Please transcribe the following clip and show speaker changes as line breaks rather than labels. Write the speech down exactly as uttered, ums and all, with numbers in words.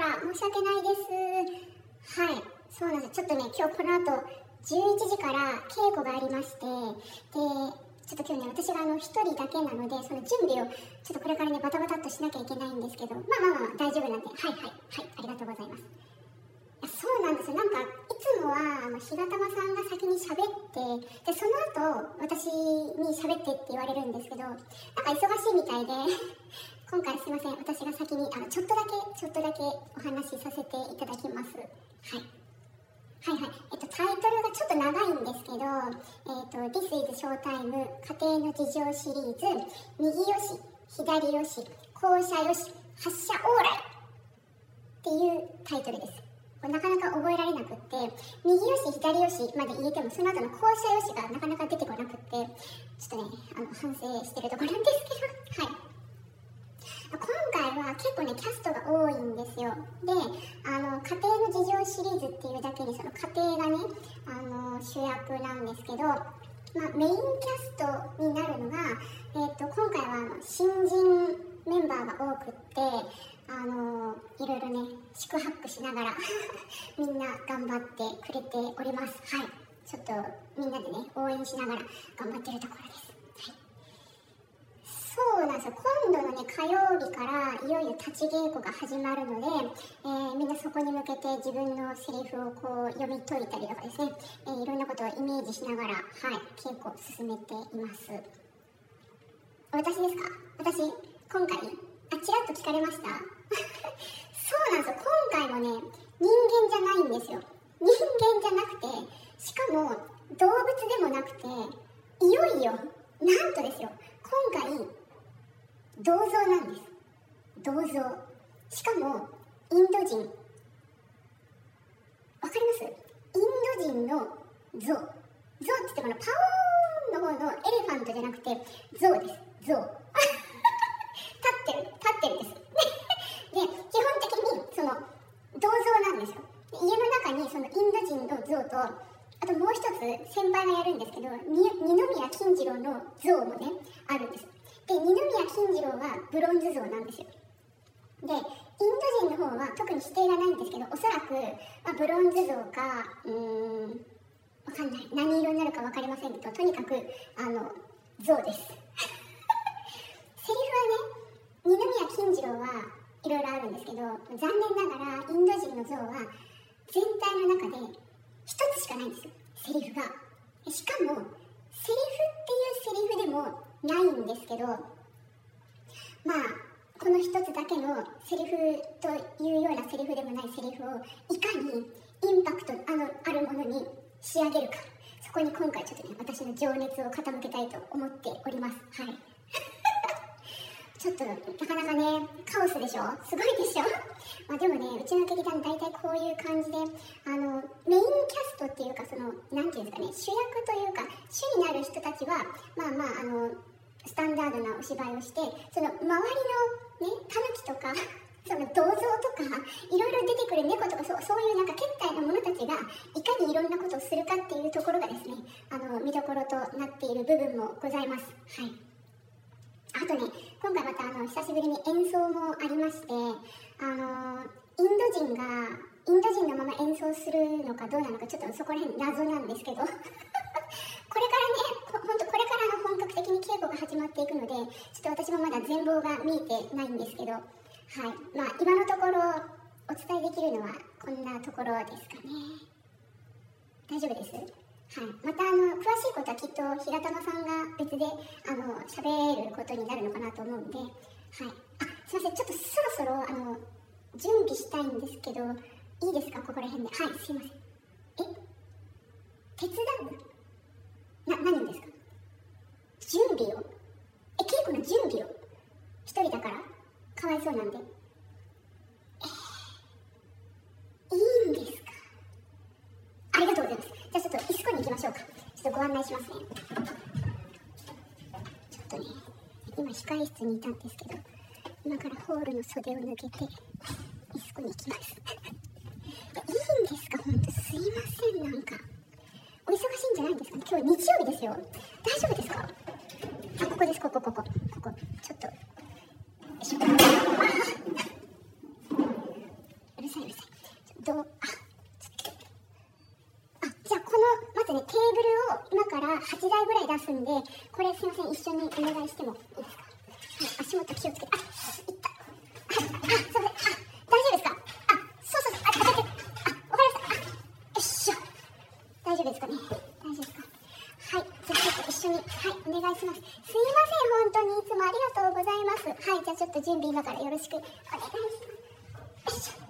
ら申し訳ないです。はい、そうなんです。ちょっとね、今日この後じゅういちじから稽古がありまして、で、ちょっと今日ね、私があの一人だけなので、その準備をちょっとこれからね、バタバタっとしなきゃいけないんですけど、まあまあまあ大丈夫なんで、はいはいはい、ありがとうございます。いや、そうなんですよ。なんかいつもはあのひがたまさんが先に喋って、でその後私に喋ってって言われるんですけど、なんか忙しいみたいで今回すいません、私が先にあのちょっとだけちょっとだけお話しさせていただきます。はい。はいはい。えっと、タイトルがちょっと長いんですけど、えっと、This is Showtime 家庭の事情シリーズ、右よし、左よし、後者よし、発射往来っていうタイトルです。これなかなか覚えられなくって、右よし、左よしまで言えても、その後の後者よしがなかなか出てこなくって、ちょっとね、あの、反省してるところなんですけど、はい。今回は結構ねキャストが多いんですよ。で、あの家庭の事情シリーズっていうだけにその家庭がね、あの主役なんですけど、まあ、メインキャストになるのが、えー、と今回はあの新人メンバーが多くって、あのいろいろね四苦八苦しながらみんな頑張ってくれております。はい、ちょっとみんなでね応援しながら頑張ってるところです。そうなんですよ。今度のね火曜日からいよいよ立ち稽古が始まるので、えー、みんなそこに向けて自分のセリフをこう読み解いたりとかですね、えー、いろんなことをイメージしながら、はい、稽古を進めています。私ですか？私今回あちらっと聞かれましたそうなんですよ。今回もね人間じゃないんですよ。人間じゃなくて、しかも動物でもなくて、いよいよなんとですよ、今回銅像なんです。銅像。しかもインド人。わかります？インド人の像。像って言ってもパオーンの方のエレファントじゃなくて像です。像。立ってる。立ってるんです。で、基本的にその銅像なんですよ。家の中にそのインド人の像と、あともう一つ先輩がやるんですけど、二宮金次郎の像もねあるんです。で、二宮金次郎はブロンズ像なんですよ。で、インド人の方は特に指定がないんですけど、おそらく、まあ、ブロンズ像か、うーん、わかんない。何色になるかわかりませんけど、とにかく、あの、像です。セリフはね、二宮金次郎はいろいろあるんですけど、残念ながらインド人の像は全体の中で一つしかないんですよ、セリフが。しかも、セリフっていうセリフでもないんですけど、まあこの一つだけのセリフというようなセリフでもないセリフをいかにインパクトあのあるものに仕上げるか、そこに今回ちょっとね私の情熱を傾けたいと思っております。はいちょっとなかなかねカオスでしょ、すごいでしょまあでもね、うちの劇団大体こういう感じで、あのメインキャストっていうか、そのなんていうんですかね、主役というか主になる人たちはまあまああのスタンダードなお芝居をして、その周りのねタヌキとかその銅像とかいろいろ出てくる猫とか、そう、そういうなんかけったいなものたちがいかにいろんなことをするかっていうところがですね、あの見どころとなっている部分もございます。はい。あとね、今回またあの久しぶりに演奏もありまして、あのインド人がインド人のまま演奏するのかどうなのか、ちょっとそこら辺謎なんですけどこれからね、ほんとこれからの本格的に稽古が始まっていくので、ちょっと私もまだ全貌が見えてないんですけど、はい、まあ今のところお伝えできるのはこんなところですかね。大丈夫です。はい、またあの詳しいことはきっと平玉さんが別であの喋ることになるのかなと思うんで、はい、あ、すいません、ちょっとそろそろあの準備したいんですけどいいですか、ここら辺で。はい、すいません。え、手伝う？な、何ですか？準備を？え、稽古の準備を？一人だからかわいそうなんで。えー、いいんですか？ありがとうございます。じゃあちょっとディスコに行きましょうか。ちょっとご案内しますね。ちょっとね、今控え室にいたんですけど、今からホールの袖を抜けてディスコに行きますいいんですか？ほんとすいません、なんかお忙しいんじゃないんですかね。今日日曜日ですよ。大丈夫ですか？あ、ここです、ここここここちょっとよいしょ。ラとね、テーブルを今からはちだいぐらい出すんで、これすいません、一緒にお願いしてもいいですか？はい、足元気をつけて、あ、いった。はい、あ、すいません、あ、大丈夫ですか？あ、そうそうそう、あ、当たって、あ、わかりました。あ、よっしゃ。大丈夫ですかね？大丈夫ですか？はい、じゃあちょっと一緒に、はい、お願いします。すいません、本当にいつもありがとうございます。はい、じゃあちょっと準備今からよろしくお願いします。よいしょ。